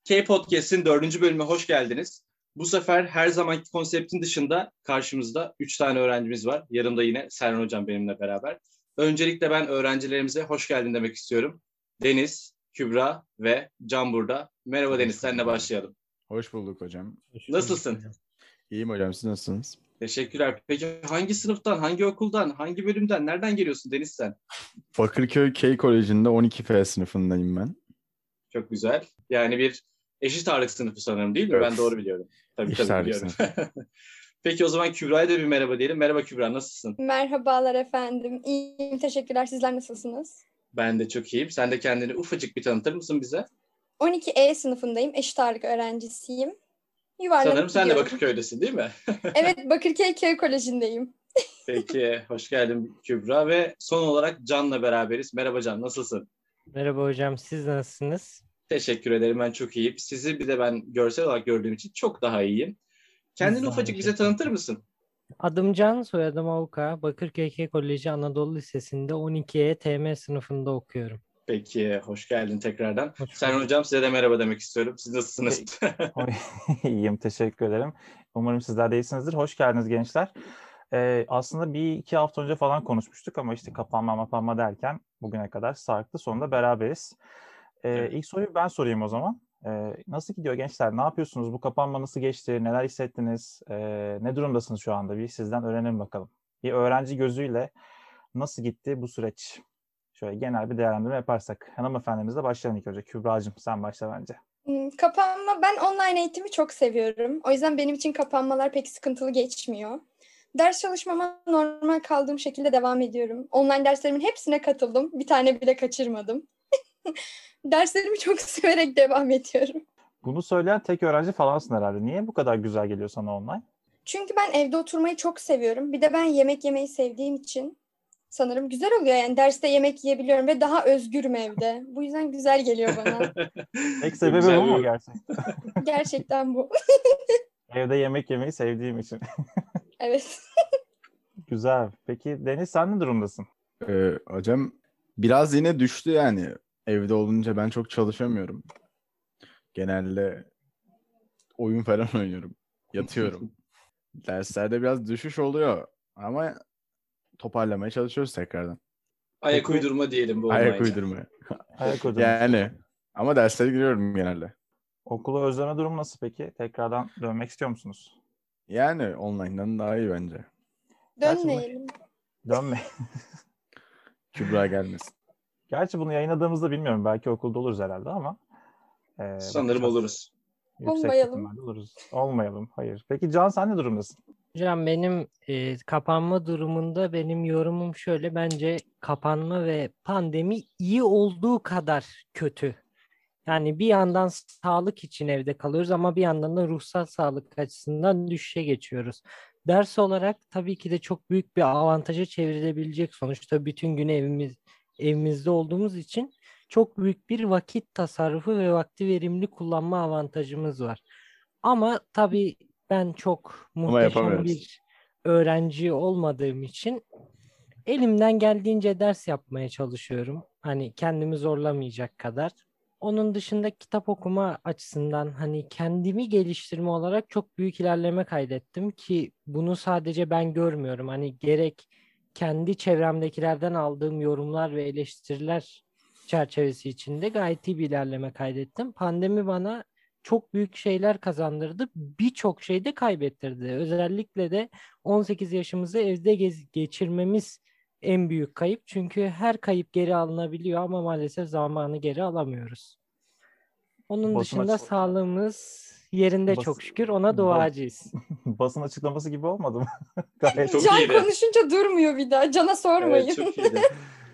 K-Podcast'in 4. bölümüne hoş geldiniz. Bu sefer her zamanki konseptin dışında karşımızda 3 tane öğrencimiz var. Yanımda yine Serhan Hocam benimle beraber. Öncelikle ben öğrencilerimize hoş geldin demek istiyorum. Deniz, Kübra ve Can burada. Merhaba Deniz, seninle başlayalım. Hoş bulduk hocam. Nasılsın? İyiyim hocam, siz nasılsınız? Teşekkürler. Peki hangi sınıftan, hangi okuldan, hangi bölümden, nereden geliyorsun Deniz sen? Bakırköy K Koleji'nde 12F sınıfındayım ben. Çok güzel. Yani bir eşit ağırlık sınıfı sanırım değil mi? Evet. Ben doğru biliyorum. Tabii Eşit ağırlık biliyorum. sınıfı. Peki o zaman Kübra'ya da bir merhaba diyelim. Merhaba Kübra, nasılsın? Merhabalar efendim. İyiyim, teşekkürler. Sizler nasılsınız? Ben de çok iyiyim. Sen de kendini ufacık bir tanıtır mısın bize? 12E sınıfındayım. Eşit ağırlık öğrencisiyim. Sanırım sen de Bakırköy'desin değil mi? Evet, Bakırköy Köy Koleji'ndeyim. Peki, hoş geldin Kübra ve son olarak Can'la beraberiz. Merhaba Can, nasılsın? Merhaba hocam, siz nasılsınız? Teşekkür ederim, ben çok iyiyim. Sizi bir de ben görsel olarak gördüğüm için çok daha iyiyim. Kendini ufacık bize tanıtır mısın? Adım Can, soyadım Avuka. Bakırköy Koleji Anadolu Lisesi'nde 12E TM sınıfında okuyorum. Peki, hoş geldin tekrardan. Serhan Hocam, size de merhaba demek istiyorum. Siz nasılsınız? İyiyim, teşekkür ederim. Umarım sizler de iyisinizdir. Hoş geldiniz gençler. Aslında 1-2 hafta önce falan konuşmuştuk ama işte kapanma derken bugüne kadar sarktı. Sonunda beraberiz. Evet. İlk soruyu ben sorayım o zaman. Nasıl gidiyor gençler? Ne yapıyorsunuz? Bu kapanma nasıl geçti? Neler hissettiniz? Ne durumdasınız şu anda? Bir sizden öğrenelim bakalım. Bir öğrenci gözüyle nasıl gitti bu süreç? Şöyle genel bir değerlendirme yaparsak. Hanımefendimizle başlayalım ilk önce. Kübra'cığım sen başla bence. Kapanma, ben online eğitimi çok seviyorum. O yüzden benim için kapanmalar pek sıkıntılı geçmiyor. Ders çalışmama normal kaldığım şekilde devam ediyorum. Online derslerimin hepsine katıldım. Bir tane bile kaçırmadım. Derslerimi çok severek devam ediyorum. Bunu söyleyen tek öğrenci falansın herhalde. Niye bu kadar güzel geliyor sana online? Çünkü ben evde oturmayı çok seviyorum. Bir de ben yemek yemeyi sevdiğim için sanırım güzel oluyor. Yani derste yemek yiyebiliyorum ve daha özgürüm evde. Bu yüzden güzel geliyor bana. Tek sebebi bu mu gerçekten? Gerçekten bu. Evde yemek yemeyi sevdiğim için. Evet. Güzel. Peki Deniz sen ne durumdasın? Hocam biraz yine düştü yani. Evde olunca ben çok çalışamıyorum. Genelde oyun falan oynuyorum. Yatıyorum. Derslerde biraz düşüş oluyor. Ama toparlamaya çalışıyoruz tekrardan. Ayak uydurma diyelim bu Ayak online'a. uydurma. Ayak uydurma. Yani ama derslere giriyorum genelde. Okulu özleme durum nasıl peki? Tekrardan dönmek istiyor musunuz? Yani online'dan daha iyi bence. Dönmeyelim. Dönme. Kübra gelmesin. Gerçi bunu yayınladığımızda bilmiyorum. Belki okulda oluruz herhalde ama. Sanırım bakacağız. oluruz. Yüksek Olmayalım. ihtimalle oluruz. Olmayalım. Hayır. Peki Can sen ne durumdasın? Hocam benim kapanma durumunda benim yorumum şöyle. Bence kapanma ve pandemi iyi olduğu kadar kötü. Yani bir yandan sağlık için evde kalıyoruz ama bir yandan da ruhsal sağlık açısından düşüşe geçiyoruz. Ders olarak tabii ki de çok büyük bir avantaja çevrilebilecek. Sonuçta bütün gün evimizde olduğumuz için çok büyük bir vakit tasarrufu ve vakti verimli kullanma avantajımız var. Ama tabii ben çok Ama muhteşem yapamıyoruz. bir öğrenci olmadığım için elimden geldiğince ders yapmaya çalışıyorum. Hani kendimi zorlamayacak kadar. Onun dışında kitap okuma açısından hani kendimi geliştirme olarak çok büyük ilerleme kaydettim ki bunu sadece ben görmüyorum. Hani gerek kendi çevremdekilerden aldığım yorumlar ve eleştiriler çerçevesi içinde gayet iyi bir ilerleme kaydettim. Pandemi bana çok büyük şeyler kazandırdı. Birçok şey de kaybettirdi. Özellikle de 18 yaşımızı evde geçirmemiz en büyük kayıp. Çünkü her kayıp geri alınabiliyor ama maalesef zamanı geri alamıyoruz. Onun dışında sağlığımız yerinde çok şükür. Ona duacıyız. Basın açıklaması gibi olmadı mı? Gayet Çok Can iyiydi. konuşunca durmuyor bir daha. Can'a sormayın. Evet, çok iyiydi.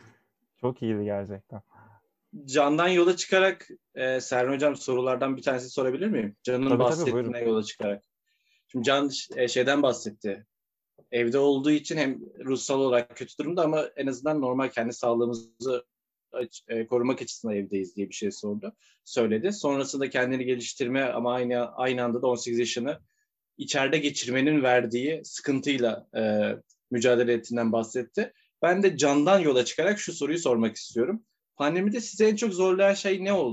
çok iyiydi gerçekten. Can'dan yola çıkarak Serhan Hocam sorulardan bir tanesini sorabilir miyim? Can'ın Tabii, bahsettiğine buyurun. yola çıkarak. Şimdi Can şeyden bahsetti. Evde olduğu için hem ruhsal olarak kötü durumda ama en azından normal kendi sağlığımızı korumak açısından evdeyiz diye bir şey söyledi. Sonrasında kendini geliştirme ama aynı anda da 18 yaşını içeride geçirmenin verdiği sıkıntıyla mücadele ettiğinden bahsetti. Ben de Can'dan yola çıkarak şu soruyu sormak istiyorum. Pandemide sizi en çok zorlayan şey ne oldu?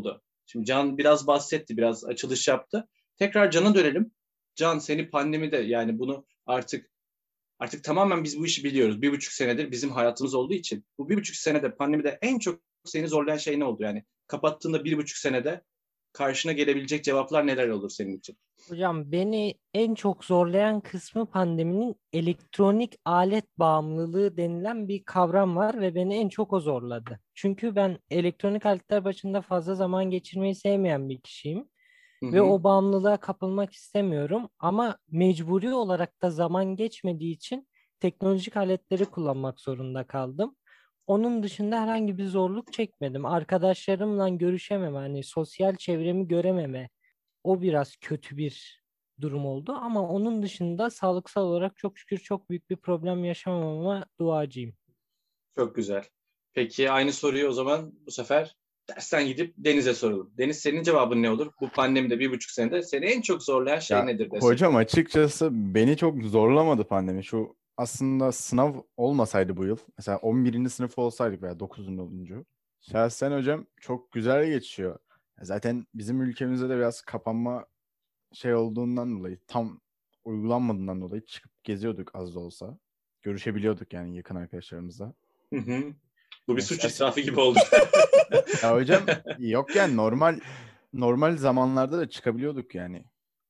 Şimdi Can biraz bahsetti, biraz açılış yaptı. Tekrar Can'a dönelim. Can, seni pandemide, yani bunu artık tamamen biz bu işi biliyoruz. 1,5 senedir bizim hayatımız olduğu için. Bu 1,5 senede pandemide en çok seni zorlayan şey ne oldu? Yani kapattığında 1,5 senede karşına gelebilecek cevaplar neler olur senin için? Hocam beni en çok zorlayan kısmı pandeminin elektronik alet bağımlılığı denilen bir kavram var ve beni en çok o zorladı. Çünkü ben elektronik aletler başında fazla zaman geçirmeyi sevmeyen bir kişiyim Hı ve hı. o bağımlılığa kapılmak istemiyorum ama mecburi olarak da zaman geçmediği için teknolojik aletleri kullanmak zorunda kaldım. Onun dışında herhangi bir zorluk çekmedim. Arkadaşlarımla görüşememe, hani sosyal çevremi görememe, o biraz kötü bir durum oldu ama onun dışında sağlıksal olarak çok şükür çok büyük bir problem yaşamamama duacıyım. Çok güzel. Peki aynı soruyu o zaman bu sefer dersten gidip Deniz'e soralım. Deniz, senin cevabın ne olur? Bu pandemide 1,5 senede seni en çok zorlayan şey Ya nedir desek? hocam açıkçası beni çok zorlamadı pandemi. Şu aslında sınav olmasaydı bu yıl. Mesela 11. sınıf olsaydık veya 9. Şahsen hocam çok güzel geçiyor. Zaten bizim ülkemizde de biraz kapanma şey olduğundan dolayı, tam uygulanmadığından dolayı çıkıp geziyorduk az da olsa. Görüşebiliyorduk yani yakın arkadaşlarımızla. Hı hı. Bu bir suç Şahsen- itirafı gibi oldu. Ya hocam yok yani normal zamanlarda da çıkabiliyorduk yani.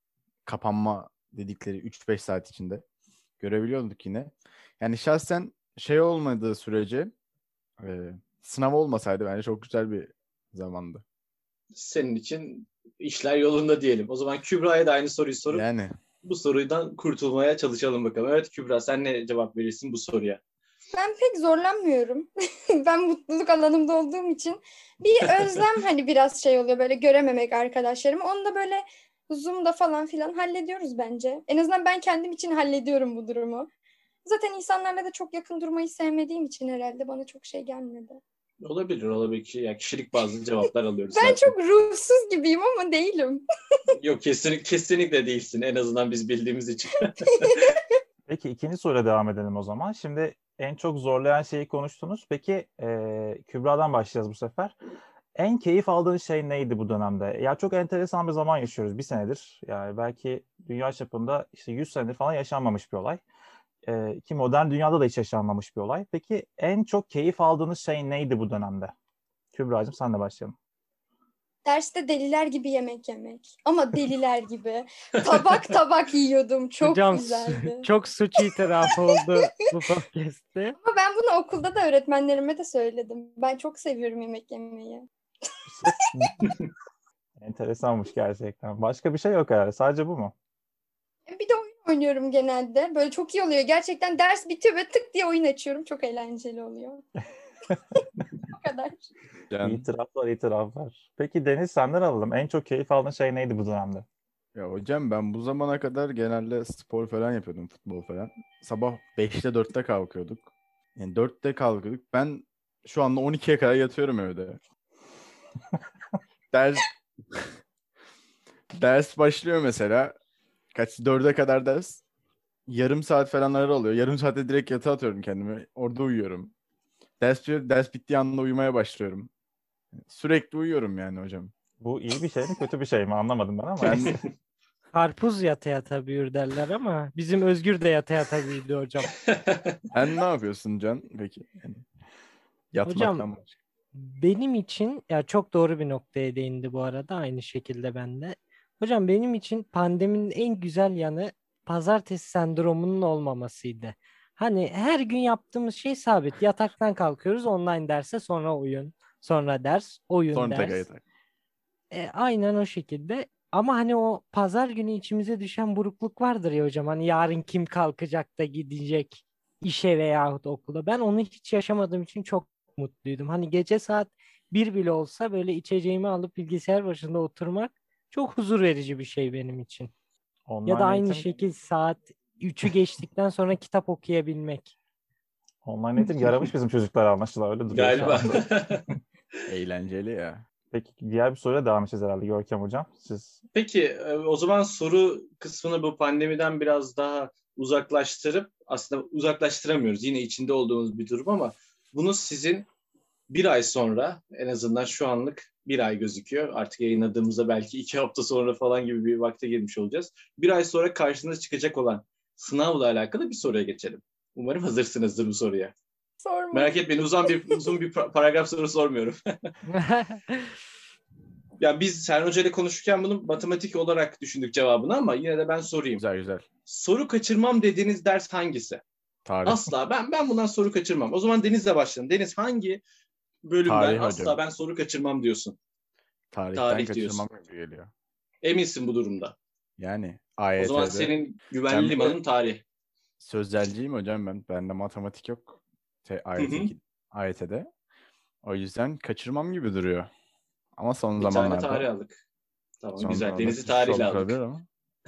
Kapanma dedikleri 3-5 saat içinde görebiliyorduk yine. Yani şahsen şey olmadığı sürece sınav olmasaydı bence çok güzel bir zamandı. Senin için işler yolunda diyelim. O zaman Kübra'ya da aynı soruyu sorup Yani bu sorudan kurtulmaya çalışalım bakalım. Evet Kübra, sen ne cevap verirsin bu soruya? Ben pek zorlanmıyorum. Ben mutluluk alanımda olduğum için bir özlem hani biraz şey oluyor böyle görememek arkadaşlarımı. Onu da böyle Zoom'da falan filan hallediyoruz bence. En azından ben kendim için hallediyorum bu durumu. Zaten insanlarla da çok yakın durmayı sevmediğim için herhalde bana çok şey gelmedi. Olabilir. Ya kişilik bazlı cevaplar alıyoruz Ben zaten. çok ruhsuz gibiyim ama değilim. Yok, kesinlikle değilsin. En azından biz bildiğimiz için. Peki ikinci soruyla devam edelim o zaman. Şimdi en çok zorlayan şeyi konuştunuz. Peki Kübra'dan başlayacağız bu sefer. En keyif aldığın şey neydi bu dönemde? Ya çok enteresan bir zaman yaşıyoruz bir senedir. Yani belki dünya çapında işte 100 senedir falan yaşanmamış bir olay. Ki modern dünyada da hiç yaşanmamış bir olay. Peki en çok keyif aldığınız şey neydi bu dönemde? Kübra'cığım senle başlayalım. Derste deliler gibi yemek yemek. Ama deliler gibi. Tabak tabak yiyordum. Çok Hocam güzeldi. çok suç itirafı oldu bu podcast'te. Ama ben bunu okulda da öğretmenlerime de söyledim. Ben çok seviyorum yemek yemeyi. Enteresanmış gerçekten. Başka bir şey yok herhalde. Sadece bu mu? Bir de oyun oynuyorum genelde. Böyle çok iyi oluyor. Gerçekten ders bitiyor ve tık diye oyun açıyorum. Çok eğlenceli oluyor. O kadar. yani, İtiraflar. Peki Deniz senden alalım. En çok keyif aldığın şey neydi bu dönemde? ya hocam ben bu zamana kadar genelde spor falan yapıyordum, futbol falan. Sabah 5'te 4'te kalkıyorduk. Yani 4'te kalkıyorduk. Ben şu anda 12'ye kadar yatıyorum evde. Ders ders başlıyor mesela. 4'e kadar ders. Yarım saat falanları oluyor. Yarım saatte direkt yatağa atıyorum kendimi. Orada uyuyorum. Ders bittiği anda uyumaya başlıyorum. Sürekli uyuyorum yani hocam. Bu iyi bir şey mi kötü bir şey mi anlamadım ben ama. Ben Karpuz yata yata büyür derler ama bizim Özgür de yata yata büyüdü hocam. sen ne yapıyorsun Can peki? Yani yatmaktan başka. Benim için ya çok doğru bir noktaya değindi bu arada aynı şekilde ben de. Hocam benim için pandeminin en güzel yanı pazartesi sendromunun olmamasıydı. Hani her gün yaptığımız şey sabit. Yataktan kalkıyoruz online derse sonra oyun, sonra ders, oyun Sonra tekrar ders. yatak. Aynen o şekilde. Ama hani o pazar günü içimize düşen burukluk vardır ya hocam. Hani yarın kim kalkacak da gidecek işe veyahut okula. Ben onu hiç yaşamadığım için çok mutluydum. Hani gece saat 1 bile olsa böyle içeceğimi alıp bilgisayar başında oturmak çok huzur verici bir şey benim için. Ya da Online aynı eğitim, şekilde saat 3'ü geçtikten sonra kitap okuyabilmek. online eğitim yaramış bizim çocuklara anlaşılan öyle duruyor şu Galiba. anda. Eğlenceli ya. Peki diğer bir soruyla devam edeceğiz herhalde Görkem Hocam. Siz Peki o zaman soru kısmını bu pandemiden biraz daha uzaklaştırıp, aslında uzaklaştıramıyoruz, yine içinde olduğumuz bir durum ama bunu sizin bir ay sonra, en azından şu anlık bir ay gözüküyor. Artık yayınladığımızda belki 2 hafta sonra falan gibi bir vakte girmiş olacağız. Bir ay sonra karşınıza çıkacak olan sınavla alakalı bir soruya geçelim. Umarım hazırsınızdır bu soruya. Sorma. Merak etmeyin, uzun bir paragraf soru sormuyorum. Ya biz Serhan Hoca ile konuşurken bunu matematik olarak düşündük cevabını ama yine de ben sorayım. Güzel güzel. Soru kaçırmam dediğiniz ders hangisi? Tarih. Asla. Ben bundan soru kaçırmam. O zaman Deniz'le başlayalım. Deniz, hangi bölümden Tarih asla hocam. ben soru kaçırmam diyorsun? Tarihten Tarih kaçırmam gibi geliyor. Eminsin bu durumda. Yani O zaman AYT'de senin güvenli Ben- limanın tarih. sözelciyim hocam ben. Bende matematik yok. AYT'de. O yüzden kaçırmam gibi duruyor. Ama son Bir tane zamanlarda tarih aldık. Tamam, son güzel. zamanlarda Deniz'i bir soru tarihle aldık. olabilir ama.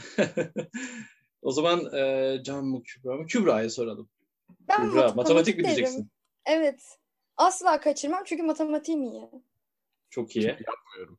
O zaman Can mı Kübra mı? Kübra'ya soralım. Ben Kübra, matematik mi derim. diyeceksin? Evet. Asla kaçırmam çünkü matematiğim iyi. Çok iyi. Yapmıyorum.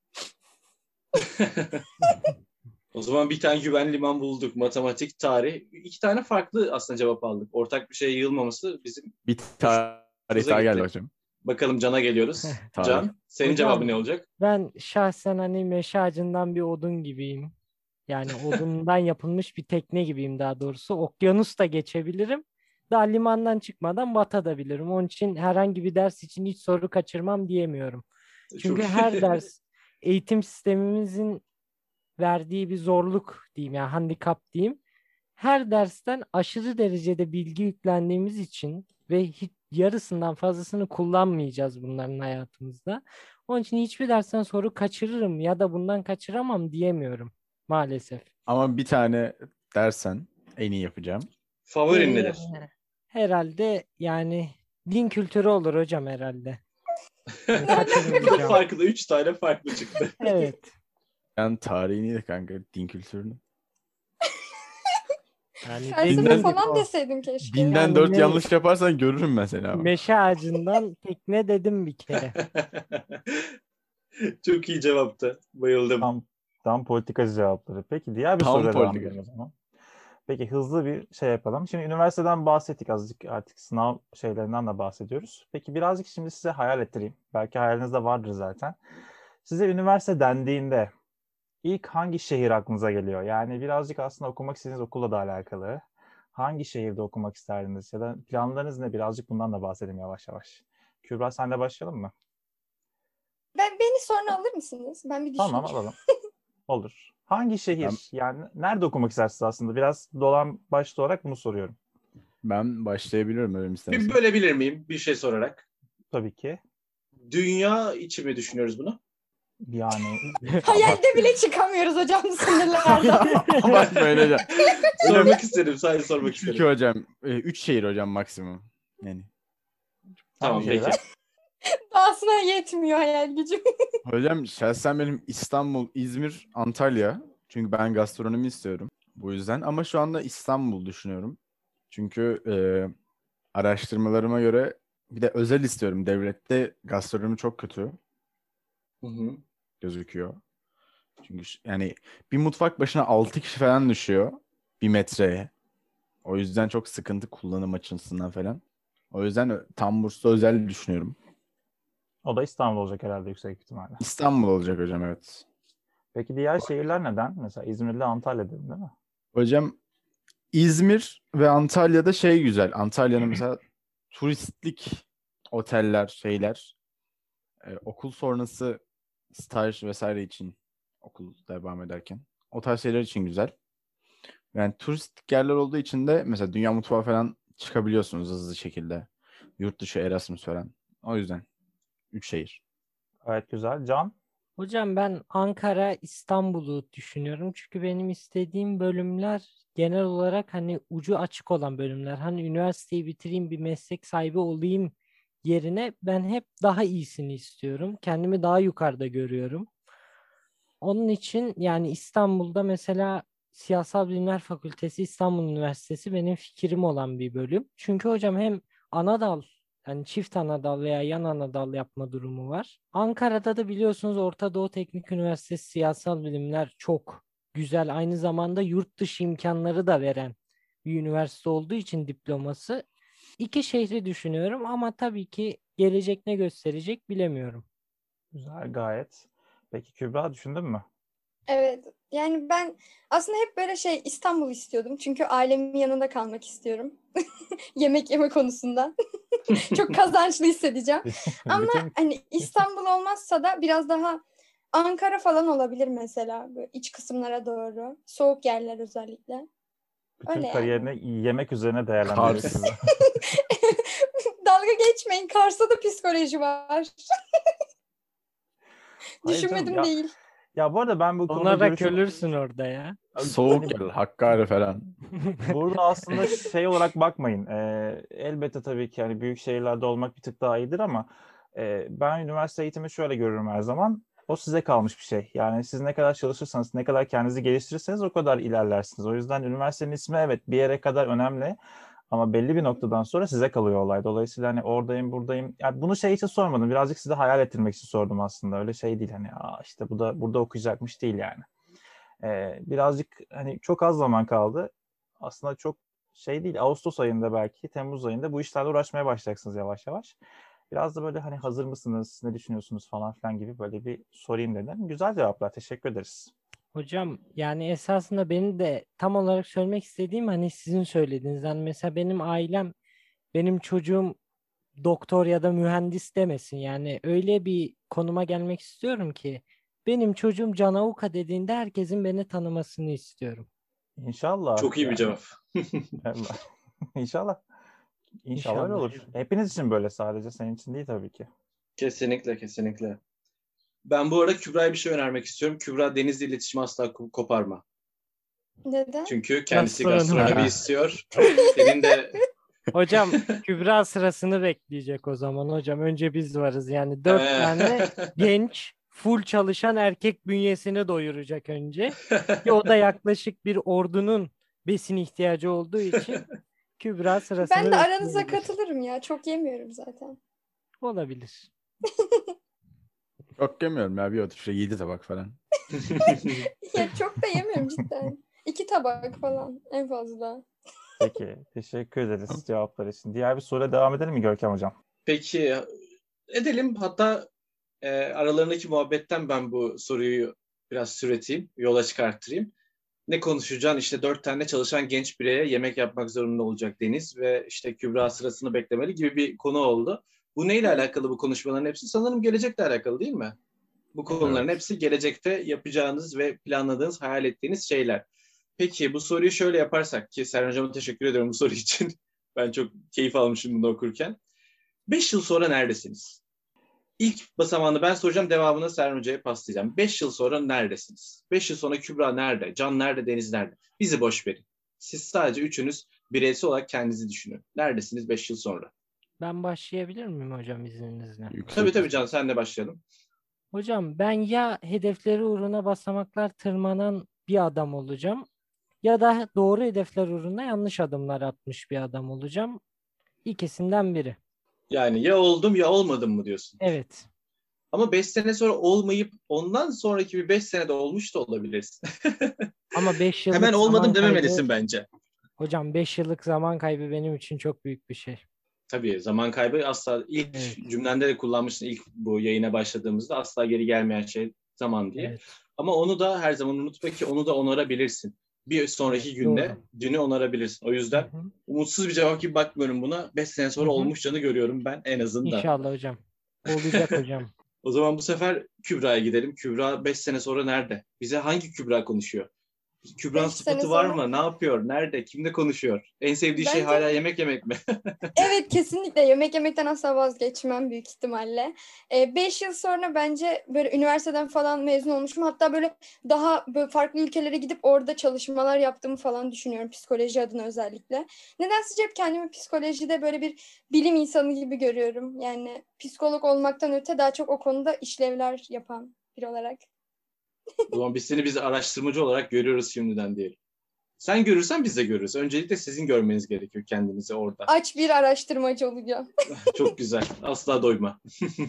O zaman bir tane güvenli liman bulduk. Matematik, tarih. 2 tane farklı aslında cevap aldık. Ortak bir şeye yığılmaması bizim... Bir tarih Hoşunuza daha geldi gitti. hocam. Bakalım Can'a geliyoruz. Tarih. Can, senin Hocam, cevabın ne olacak? Ben şahsen hani meşe ağacından bir odun gibiyim. Yani odundan yapılmış bir tekne gibiyim daha doğrusu. Okyanus da geçebilirim. Daha limandan çıkmadan batabilirim. Onun için herhangi bir ders için hiç soru kaçırmam diyemiyorum. Çünkü Çok- her ders eğitim sistemimizin verdiği bir zorluk diyeyim, yani handikap diyeyim. Her dersten aşırı derecede bilgi yüklendiğimiz için ve hiç yarısından fazlasını kullanmayacağız bunların hayatımızda. Onun için hiçbir dersten soru kaçırırım ya da bundan kaçıramam diyemiyorum maalesef. Ama bir tane dersen en iyi yapacağım. Favorin nedir? Herhalde yani din kültürü olur hocam herhalde. Yani kaçırmayacağım. Farklı. 3 tane farklı çıktı. Evet. Ben tarihini de kanka, din kültürünü. Yani Felsefe dediğim gibi falan o. deseydin keşke. Binden Yani 4 ne- yanlış yaparsan görürüm mesela. Meşe ağacından tekne dedim bir kere. Çok iyi cevaptı. Bayıldım. Tam politikacı cevapları. Peki diğer bir Tam soruyla devam politikacı. edelim o zaman. Peki hızlı bir şey yapalım. Şimdi üniversiteden bahsettik azıcık, artık sınav şeylerinden de bahsediyoruz. Peki birazcık şimdi size hayal ettireyim. Belki hayalinizde vardır zaten. Size üniversite dendiğinde ilk hangi şehir aklınıza geliyor? Yani birazcık aslında okumak istediğiniz okulla da alakalı. Hangi şehirde okumak isterdiniz? Ya da planlarınız ne? Birazcık bundan da bahsedelim yavaş yavaş. Kübra, senle başlayalım mı? Beni sonra alır mısınız? Ben bir Tamam, düşüneyim. alalım. Olur. Hangi şehir? Ben- Yani nerede okumak istersiniz aslında? Biraz dolan başlı olarak bunu soruyorum. Ben başlayabilirim öyle Bir istersen. bölebilir miyim bir şey sorarak? Tabii ki. Dünya içi mi düşünüyoruz bunu? Yani Hayalde bile çıkamıyoruz hocam bu sınırlardan. Bak böyle. Sormak istedim. Sadece sormak Çünkü istedim. hocam 3 şehir hocam maksimum. Yani. Tamam, hangi peki. şehirler? Dahasına yetmiyor hayal gücüm. Hocam şahsen benim İstanbul, İzmir, Antalya. Çünkü ben gastronomi istiyorum. Bu yüzden. Ama şu anda İstanbul düşünüyorum. Çünkü araştırmalarıma göre bir de özel istiyorum. Devlette gastronomi çok kötü Hı hı. gözüküyor. Çünkü yani bir mutfak başına 6 kişi falan düşüyor. 1 metreye. O yüzden çok sıkıntı kullanım açısından falan. O yüzden tam burslu özel düşünüyorum. O da İstanbul olacak herhalde yüksek ihtimalle. İstanbul olacak hocam, evet. Peki diğer şehirler neden? Mesela İzmir'le Antalya dedin değil mi? Hocam İzmir ve Antalya'da şey güzel. Antalya'nın mesela turistlik oteller, şeyler, okul sonrası staj vesaire için, okul devam ederken o tarz şeyler için güzel. Yani turistik yerler olduğu için de mesela Dünya Mutfağı falan çıkabiliyorsunuz hızlı şekilde. Yurt dışı Erasmus falan. O yüzden 3 şehir. Gayet güzel. Can? Hocam ben Ankara, İstanbul'u düşünüyorum. Çünkü benim istediğim bölümler genel olarak hani ucu açık olan bölümler. Hani üniversiteyi bitireyim, bir meslek sahibi olayım yerine ben hep daha iyisini istiyorum. Kendimi daha yukarıda görüyorum. Onun için yani İstanbul'da mesela Siyasal Bilimler Fakültesi İstanbul Üniversitesi benim fikrim olan bir bölüm. Çünkü hocam hem ana dal, yani çift ana dal veya yan ana dal yapma durumu var. Ankara'da da biliyorsunuz Orta Doğu Teknik Üniversitesi Siyasal Bilimler çok güzel. Aynı zamanda yurt dışı imkanları da veren bir üniversite olduğu için diploması. İki şehri düşünüyorum ama tabii ki gelecek ne gösterecek bilemiyorum. Güzel gayet. Peki Kübra düşündün mü? Evet. Yani ben aslında hep böyle İstanbul istiyordum. Çünkü ailemin yanında kalmak istiyorum. Yemek yeme konusunda. Çok kazançlı hissedeceğim. Ama Bütün hani İstanbul olmazsa da biraz daha Ankara falan olabilir mesela. Böyle iç kısımlara doğru. Soğuk yerler özellikle. bütün Öyle yani. kariyerini yemek üzerine değerlendiriyor Kars. Kübra. Dalga geçmeyin. Kars'ta da psikoloji var. Hayır canım Düşünmedim ya, değil. ya bu arada ben bu konuda Donarak görüşüm ölürsün orada ya. Soğuk hani yer, Hakkari falan. burada aslında şey olarak bakmayın. Elbette tabii ki hani büyük şehirlerde olmak bir tık daha iyidir ama ben üniversite eğitimi şöyle görürüm her zaman. O size kalmış bir şey. Yani siz ne kadar çalışırsanız, ne kadar kendinizi geliştirirseniz o kadar ilerlersiniz. O yüzden üniversitenin ismi evet bir yere kadar önemli ama belli bir noktadan sonra size kalıyor olay. Dolayısıyla hani oradayım, buradayım. Yani bunu şey için sormadım. Birazcık size hayal ettirmek için sordum aslında. Öyle şey değil hani işte bu da burada okuyacakmış değil yani. Birazcık hani çok az zaman kaldı. Aslında çok şey değil. Ağustos ayında belki Temmuz ayında bu işlerle uğraşmaya başlayacaksınız yavaş yavaş. Biraz da böyle hani hazır mısınız, ne düşünüyorsunuz falan filan gibi böyle bir sorayım dedim. Güzel cevaplar. Teşekkür ederiz. Hocam yani esasında benim de tam olarak söylemek istediğim hani sizin söylediğiniz. Yani mesela benim ailem benim çocuğum doktor ya da mühendis demesin. Yani öyle bir konuma gelmek istiyorum ki benim çocuğum Can Avuka dediğinde herkesin beni tanımasını istiyorum. İnşallah Çok iyi bir yani. cevap. İnşallah. İnşallah öyle İnşallah. olur. Hepiniz için böyle, sadece senin için değil tabii ki. Kesinlikle, kesinlikle. Ben bu arada Kübra'ya bir şey önermek istiyorum. Kübra denizle iletişimi asla koparma. Neden? Çünkü kendisi gastronomi Gastronomi. istiyor. Senin de Hocam Kübra sırasını bekleyecek o zaman hocam. Önce biz varız. Yani 4 tane genç, full çalışan erkek bünyesini doyuracak önce. Ki o da yaklaşık bir ordunun besin ihtiyacı olduğu için Kübra sırasını Ben de aranıza bekleyebilir. katılırım ya. Çok yemiyorum zaten. Olabilir. Çok yemiyorum ya, bir oturuşta 7 tabak falan. Ya çok da yemiyorum cidden. 2 tabak falan en fazla. Peki. Teşekkür ederiz cevaplar için. Diğer bir soruyla devam edelim mi Görkem Hocam? Peki edelim. Hatta aralarındaki muhabbetten ben bu soruyu biraz türeteyim, yola çıkarttırayım. Ne konuşacaksın? İşte 4 tane çalışan genç bireye yemek yapmak zorunda olacak Deniz ve işte Kübra sırasını beklemeli gibi bir konu oldu. Bu neyle alakalı bu konuşmaların hepsi? Sanırım gelecekle alakalı değil mi? Bu konuların Evet. hepsi gelecekte yapacağınız ve planladığınız, hayal ettiğiniz şeyler. Peki bu soruyu şöyle yaparsak ki Serhan Hocam'a teşekkür ediyorum bu soru için. Ben çok keyif almışım bunu okurken. 5 yıl sonra neredesiniz? İlk basamağını ben soracağım, devamını Serhan Hoca'ya paslayacağım. 5 yıl sonra neredesiniz? 5 yıl sonra Kübra nerede? Can nerede? Deniz nerede? Bizi boş verin. Siz sadece üçünüz bireysel olarak kendinizi düşünün. Neredesiniz 5 yıl sonra? Ben başlayabilir miyim hocam izninizle? Tabii Yüksek. tabii Can, senle başlayalım. Hocam ben ya hedefleri uğruna basamaklar tırmanan bir adam olacağım ya da doğru hedefler uğruna yanlış adımlar atmış bir adam olacağım. İkisinden biri. Yani ya oldum ya olmadım mı diyorsun? Evet. Ama 5 sene sonra olmayıp ondan sonraki bir 5 senede olmuş da olabilirsin. Ama 5 Hemen yıllık olmadım zaman kaybı, dememelisin bence. hocam 5 yıllık zaman kaybı benim için çok büyük bir şey. Tabii zaman kaybı asla, ilk Evet. cümlende de kullanmıştın ilk bu yayına başladığımızda, asla geri gelmeyen şey zaman diye. Evet. Ama onu da her zaman unutma ki onu da onarabilirsin. Bir Evet, sonraki günde doğru. dünü onarabilirsin. O Hı yüzden hı. umutsuz bir cevap gibi bakmıyorum buna. 5 sene Hı sonra hı. olmuş canı görüyorum ben en azından. İnşallah hocam. Olacak hocam. O zaman bu sefer Kübra'ya gidelim. Kübra 5 sene sonra nerede? Bize hangi Kübra konuşuyor? Kübra'nın 5 sene sıfatı var sonra mı? Ne yapıyor? Nerede? Kimle konuşuyor? En sevdiği şey bence hala yemek yemek mi? evet, kesinlikle yemek yemekten asla vazgeçmem büyük ihtimalle. 5 yıl sonra bence böyle üniversiteden falan mezun olmuşum. Hatta böyle daha böyle farklı ülkelere gidip orada çalışmalar yaptığımı falan düşünüyorum, psikoloji adına özellikle. Nedense hep kendimi psikolojide böyle bir bilim insanı gibi görüyorum. Yani psikolog olmaktan öte daha çok o konuda işlevler yapan biri olarak. O zaman biz araştırmacı olarak görüyoruz şimdiden diyelim. Sen görürsen biz de görürüz. Öncelikle sizin görmeniz gerekiyor kendinizi orada. Aç bir araştırmacı olacağım. Çok güzel. Asla doyma.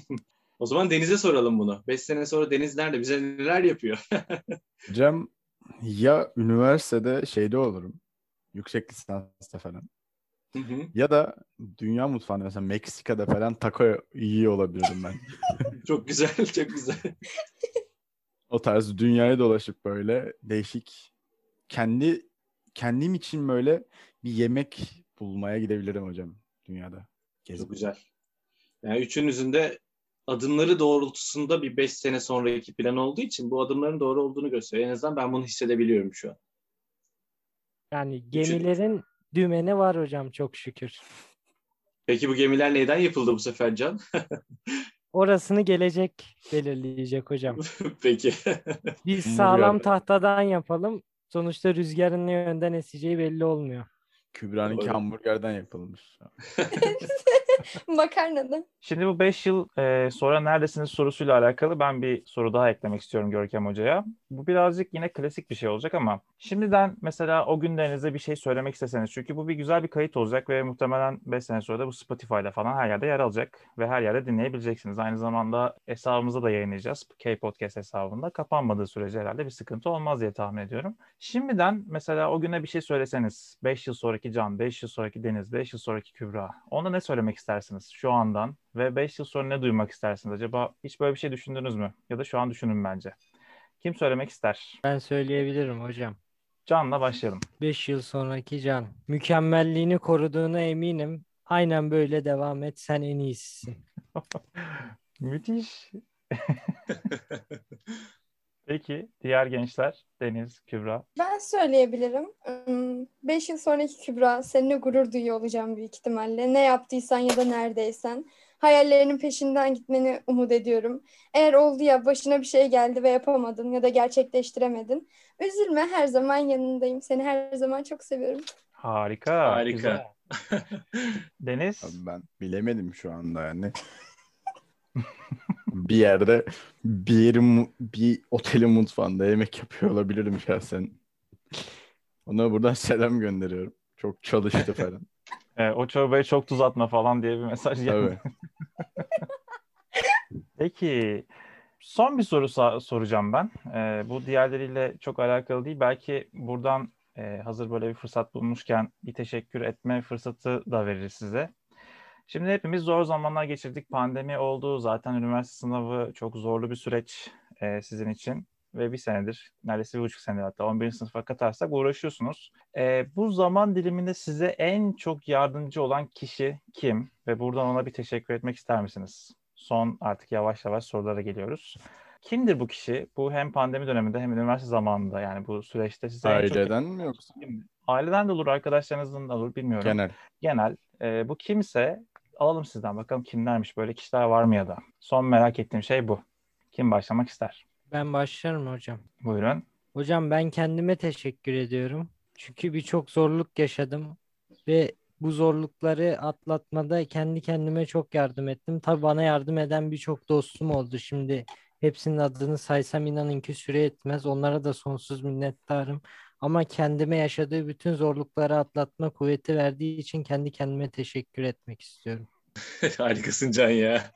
O zaman Deniz'e soralım bunu. 5 sene sonra Deniz nerede? Bize neler yapıyor? Hocam ya üniversitede şeyde olurum. Yüksek lisansta falan. Hı hı. Ya da dünya mutfağında mesela Meksika'da falan taco yiyor olabilirim ben. Çok güzel, çok güzel. O tarz dünyayı dolaşıp böyle değişik kendim için böyle bir yemek bulmaya gidebilirim hocam dünyada. Çok Gezip. güzel. Yani üçünüzün de adımları doğrultusunda bir 5 sene sonraki plan olduğu için bu adımların doğru olduğunu gösteriyor. En azından ben bunu hissedebiliyorum şu an. Yani gemilerin dümeni var hocam çok şükür. Peki bu gemiler neyden yapıldı bu sefer Can? Orasını gelecek belirleyecek hocam. Peki. Biz sağlam Hamburger. tahtadan yapalım. Sonuçta rüzgarın ne yönden eseceği belli olmuyor. Kübra'nınki Doğru. hamburgerden yapılmış. Makarnadan. Şimdi bu 5 yıl sonra neredesiniz sorusuyla alakalı ben bir soru daha eklemek istiyorum Görkem Hoca'ya. Bu birazcık yine klasik bir şey olacak ama şimdiden mesela o günlerinize bir şey söylemek isteseniz, çünkü bu bir güzel bir kayıt olacak ve muhtemelen 5 sene sonra da bu Spotify'da falan her yerde yer alacak ve her yerde dinleyebileceksiniz. Aynı zamanda hesabımıza da yayınlayacağız. K-Podcast hesabında. Kapanmadığı sürece herhalde bir sıkıntı olmaz diye tahmin ediyorum. Şimdiden mesela o güne bir şey söyleseniz, 5 yıl sonraki Can, 5 yıl sonraki Deniz, 5 yıl sonraki Kübra, ona ne söylemek istersiniz şu andan ve 5 yıl sonra ne duymak istersiniz? Acaba hiç böyle bir şey düşündünüz mü? Ya da şu an düşünün bence. Kim söylemek ister? Ben söyleyebilirim hocam. Can'la başlayalım. 5 yıl sonraki Can. Mükemmelliğini koruduğuna eminim. Aynen böyle devam et. Sen en iyisisin. Müthiş. Peki diğer gençler, Deniz, Kübra. Ben söyleyebilirim. 5 yıl sonraki Kübra, seninle gurur duyuyor olacağım büyük ihtimalle. Ne yaptıysan ya da neredeysen. Hayallerinin peşinden gitmeni umut ediyorum. Eğer oldu ya başına bir şey geldi ve yapamadın ya da gerçekleştiremedin. Üzülme, her zaman yanındayım. Seni her zaman çok seviyorum. Harika. Güzel. Harika. Deniz. Abi ben bilemedim şu anda yani. Bir yerde bir otelin mutfağında yemek yapıyor olabilirim şahsen. Ona buradan selam gönderiyorum. Çok çalıştı falan. O çorbaya çok tuz atma falan diye bir mesaj geldi. Tabii. Peki son bir soru soracağım ben. Bu diğerleriyle çok alakalı değil. Belki buradan hazır böyle bir fırsat bulmuşken bir teşekkür etme fırsatı da veririz size. Şimdi hepimiz zor zamanlar geçirdik. Pandemi oldu. Zaten üniversite sınavı çok zorlu bir süreç sizin için. Ve bir senedir, neredeyse 1,5 senedir hatta 11. sınıfa katarsak uğraşıyorsunuz. Bu zaman diliminde size en çok yardımcı olan kişi kim? Ve buradan ona bir teşekkür etmek ister misiniz? Son artık yavaş yavaş sorulara geliyoruz. Kimdir bu kişi? Bu hem pandemi döneminde hem üniversite zamanında, yani bu süreçte size en çok... Aileden mi yoksa? Aileden de olur, arkadaşlarınızdan da olur, bilmiyorum. Genel. Genel. Bu kimse alalım sizden, bakalım kimlermiş, böyle kişiler var mı ya da. Son merak ettiğim şey bu. Kim başlamak ister? Ben başlarım hocam. Buyurun. Hocam ben kendime teşekkür ediyorum. Çünkü birçok zorluk yaşadım ve bu zorlukları atlatmada kendi kendime çok yardım ettim. Tabii bana yardım eden birçok dostum oldu. Şimdi hepsinin adını saysam inanın ki süre etmez. Onlara da sonsuz minnettarım. Ama kendime yaşadığı bütün zorlukları atlatma kuvveti verdiği için kendi kendime teşekkür etmek istiyorum. Harikasın Can ya.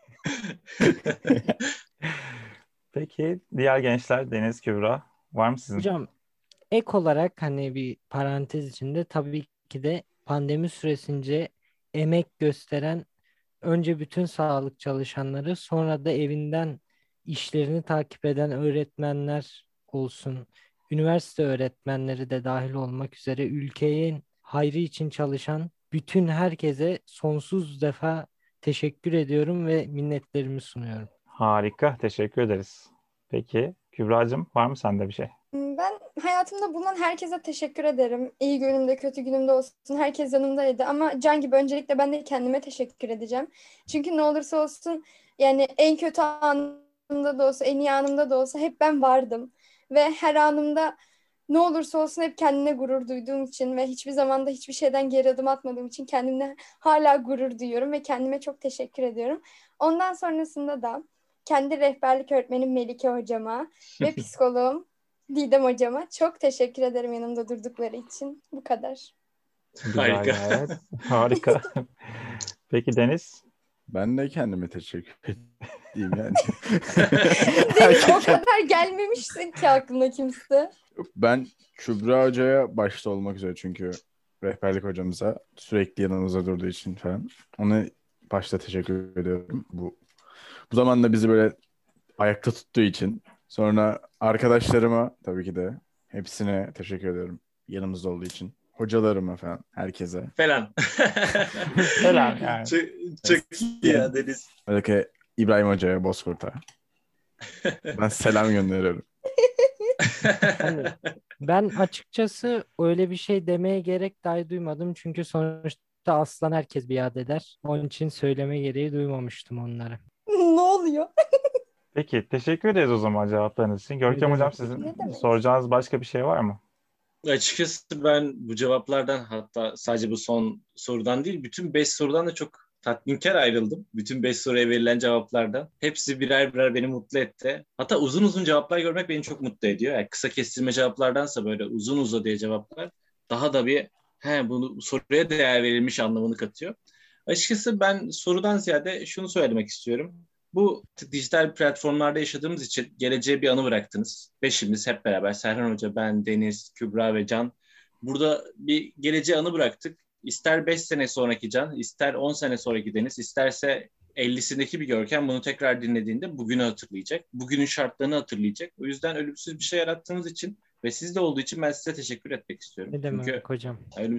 Peki diğer gençler, Deniz, Kübra, var mı sizin? Hocam ek olarak hani bir parantez içinde tabii ki de pandemi süresince emek gösteren önce bütün sağlık çalışanları, sonra da evinden işlerini takip eden öğretmenler olsun, üniversite öğretmenleri de dahil olmak üzere ülkenin hayrı için çalışan bütün herkese sonsuz defa teşekkür ediyorum ve minnetlerimi sunuyorum. Harika, teşekkür ederiz. Peki Kübra'cığım, var mı sende bir şey? Ben hayatımda bulunan herkese teşekkür ederim. İyi günümde, kötü günümde olsun herkes yanımdaydı. Ama Can gibi öncelikle ben de kendime teşekkür edeceğim. Çünkü ne olursa olsun yani en kötü anımda da olsa, en iyi anımda da olsa hep ben vardım. Ve her anımda ne olursa olsun hep kendine gurur duyduğum için ve hiçbir zaman da hiçbir şeyden geri adım atmadığım için kendimle hala gurur duyuyorum ve kendime çok teşekkür ediyorum. Ondan sonrasında da kendi rehberlik öğretmenim Melike hocama ve psikoloğum Didem hocama çok teşekkür ederim yanımda durdukları için. Bu kadar. Güzel, Harika. gayet. Harika. Peki Deniz? Ben de kendime teşekkür edeyim yani. Deniz o kadar gelmemişsin ki aklına kimse. Ben Kübra Hoca'ya başta olmak üzere çünkü rehberlik hocamıza sürekli yanımızda durduğu için falan. Ona başta teşekkür ediyorum. Bu zamanda bizi böyle ayakta tuttuğu için. Sonra arkadaşlarıma tabii ki de hepsine teşekkür ediyorum. Yanımızda olduğu için. Hocalarıma falan, herkese. Falan. Selam yani. Çok, çok iyi ya Deniz. Özellikle İbrahim Hoca'ya, Bozkurt'a. Ben selam gönderiyorum. Hani ben açıkçası öyle bir şey demeye gerek dahi duymadım. Çünkü sonuçta aslan herkes biat eder. Onun için söyleme gereği duymamıştım onlara. Ne oluyor? Peki teşekkür ederiz o zaman cevaplarınız için. Görkem Ne Hocam demek? sizin Ne demek? soracağınız başka bir şey var mı? Açıkçası ben bu cevaplardan, hatta sadece bu son sorudan değil, bütün 5 sorudan da çok tatminkar ayrıldım. Bütün 5 soruya verilen cevaplardan. Hepsi birer birer beni mutlu etti. Hatta uzun uzun cevaplar görmek beni çok mutlu ediyor. Yani kısa kestirme cevaplardansa böyle uzun uzadıya cevaplar daha da bir bunu soruya değer verilmiş anlamını katıyor. Açıkçası ben sorudan ziyade şunu söylemek istiyorum. Bu dijital platformlarda yaşadığımız için geleceğe bir anı bıraktınız. Beşimiz hep beraber, Serhan Hoca, ben, Deniz, Kübra ve Can. Burada bir geleceğe anı bıraktık. İster 5 sene sonraki Can, ister 10 sene sonraki Deniz, isterse 50'sindeki bir Görkem bunu tekrar dinlediğinde bugünü hatırlayacak. Bugünün şartlarını hatırlayacak. O yüzden ölümsüz bir şey yarattığınız için ve sizde olduğu için ben size teşekkür etmek istiyorum. Ne demek Çünkü hocam?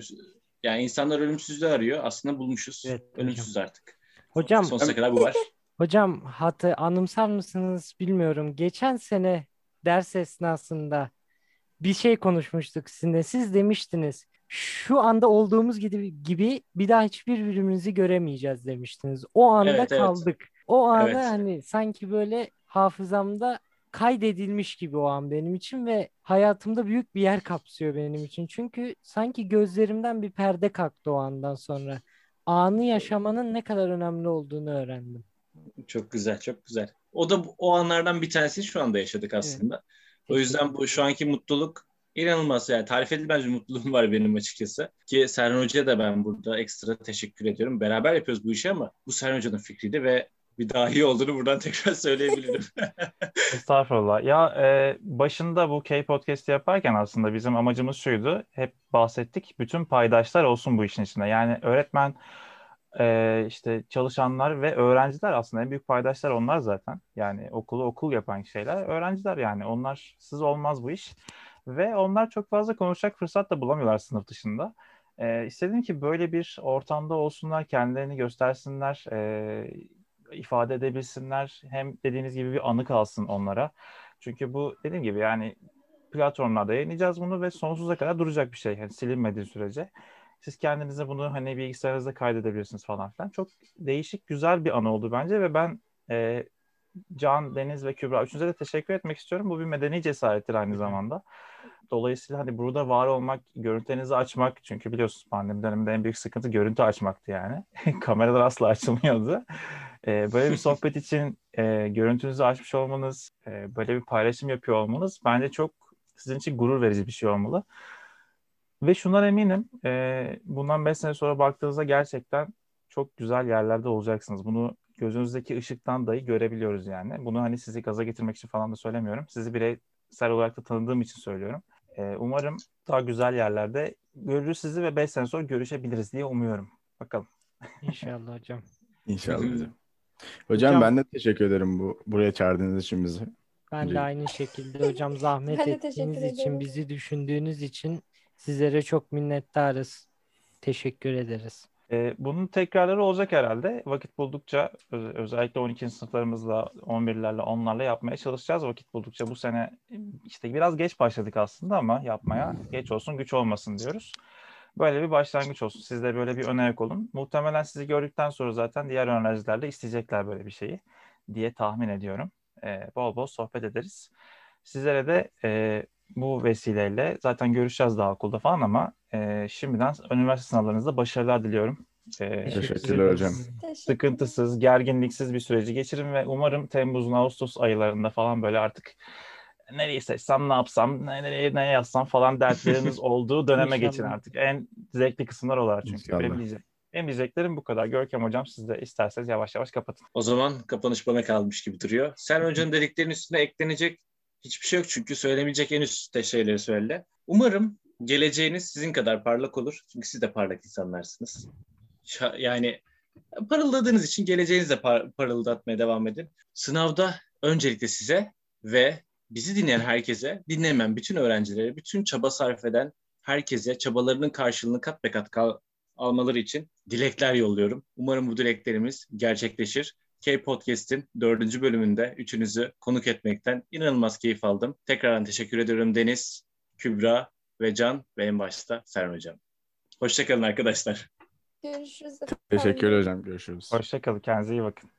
yani insanlar ölümsüzlüğü arıyor. Aslında bulmuşuz. Evet, Ölümsüz artık. Hocam, Sonsuza kadar bu var. hocam anımsar mısınız bilmiyorum. Geçen sene ders esnasında bir şey konuşmuştuk sizinle. Siz demiştiniz. Şu anda olduğumuz gibi bir daha hiçbirbirimizi göremeyeceğiz demiştiniz. O anda Evet, evet. kaldık. O anı Evet. hani sanki böyle hafızamda kaydedilmiş gibi o an benim için ve hayatımda büyük bir yer kapsıyor benim için. Çünkü sanki gözlerimden bir perde kalktı o andan sonra. Anı yaşamanın ne kadar önemli olduğunu öğrendim. Çok güzel, çok güzel. O da o anlardan bir tanesini şu anda yaşadık Evet. aslında. O yüzden bu şu anki mutluluk inanılmaz, yani tarif edilmez bir mutluluğum var benim açıkçası. Ki Serhan Hoca'ya da ben burada ekstra teşekkür ediyorum. Beraber yapıyoruz bu işi ama bu Serhan Hoca'nın fikriydi ve bir dahi olduğunu buradan tekrar söyleyebilirim. Estağfurullah. Ya başında bu K-Podcast'i yaparken aslında bizim amacımız şuydu. Hep bahsettik. Bütün paydaşlar olsun bu işin içinde. Yani öğretmen, işte çalışanlar ve öğrenciler aslında en büyük paydaşlar onlar zaten. Yani okulu okul yapan şeyler öğrenciler yani. Onlarsız olmaz bu iş. Ve onlar çok fazla konuşacak fırsat da bulamıyorlar sınıf dışında. İstedim ki böyle bir ortamda olsunlar, kendilerini göstersinler, ifade edebilsinler. Hem dediğiniz gibi bir anı kalsın onlara. Çünkü bu dediğim gibi yani platformlarda yayınlayacağız bunu ve sonsuza kadar duracak bir şey. Yani silinmediği sürece. Siz kendinize bunu hani bilgisayarınızda kaydedebilirsiniz falan filan. Çok değişik, güzel bir anı oldu bence ve ben Can, Deniz ve Kübra üçünüze de teşekkür etmek istiyorum. Bu bir medeni cesarettir aynı zamanda. Dolayısıyla hani burada var olmak, görüntülerinizi açmak, çünkü biliyorsunuz pandemi döneminde en büyük sıkıntı görüntü açmaktı yani. Kameralar asla açılmıyordu. Böyle bir sohbet için görüntünüzü açmış olmanız, böyle bir paylaşım yapıyor olmanız bence çok sizin için gurur verici bir şey olmalı. Ve şundan eminim, bundan 5 sene sonra baktığınızda gerçekten çok güzel yerlerde olacaksınız. Bunu gözünüzdeki ışıktan dahi görebiliyoruz yani. Bunu hani sizi gaza getirmek için falan da söylemiyorum. Sizi bireysel olarak da tanıdığım için söylüyorum. Umarım daha güzel yerlerde görürüz sizi ve 5 sene sonra görüşebiliriz diye umuyorum. Bakalım. İnşallah hocam. İnşallah hocam. Hocam Hocam, ben de teşekkür ederim buraya çağırdığınız için bizi. ben de aynı şekilde hocam zahmet Ben de teşekkür ettiğiniz için, ederim. bizi düşündüğünüz için sizlere çok minnettarız. Teşekkür ederiz. Bunun tekrarları olacak herhalde. Vakit buldukça özellikle 12. sınıflarımızla, 11'lerle, 10'larla yapmaya çalışacağız. Vakit buldukça bu sene işte biraz geç başladık aslında ama yapmaya geç olsun güç olmasın diyoruz. Böyle bir başlangıç olsun. Siz de böyle bir ön ayak olun. Muhtemelen sizi gördükten sonra zaten diğer öğrenciler de isteyecekler böyle bir şeyi diye tahmin ediyorum. Bol bol sohbet ederiz. Sizlere de bu vesileyle zaten görüşeceğiz daha okulda falan ama şimdiden üniversite sınavlarınızda başarılar diliyorum. Teşekkürler hocam. Sıkıntısız, gerginliksiz bir süreci geçirin ve umarım Temmuz'un Ağustos aylarında falan böyle artık nereyi seçsem, ne yapsam, ne yazsam falan dertleriniz olduğu döneme İnşallah. geçin artık. En zevkli kısımlar olar çünkü. İnşallah. Benim diyeceklerim bu kadar. Görkem hocam siz de isterseniz yavaş yavaş kapatın. O zaman kapanış bana kalmış gibi duruyor. Serhan Hoca'nın dediklerinin üstüne eklenecek hiçbir şey yok çünkü söylemeyecek en üstte şeyleri söyledi. Umarım geleceğiniz sizin kadar parlak olur. Çünkü siz de parlak insanlarsınız. Yani parıldadığınız için geleceğinizi de parıldatmaya devam edin. Sınavda öncelikle size ve bizi dinleyen herkese, dinlemeyen bütün öğrencilere, bütün çaba sarf eden herkese çabalarının karşılığını kat be kat almaları için dilekler yolluyorum. Umarım bu dileklerimiz gerçekleşir. K-Podcast'in 4. bölümünde üçünüzü konuk etmekten inanılmaz keyif aldım. Tekrardan teşekkür ediyorum Deniz, Kübra ve Can ve en başta Serhan Hocam. Hoşçakalın arkadaşlar. Görüşürüz. Teşekkür hocam. Görüşürüz. Hoşça kalın. Kendinize iyi bakın.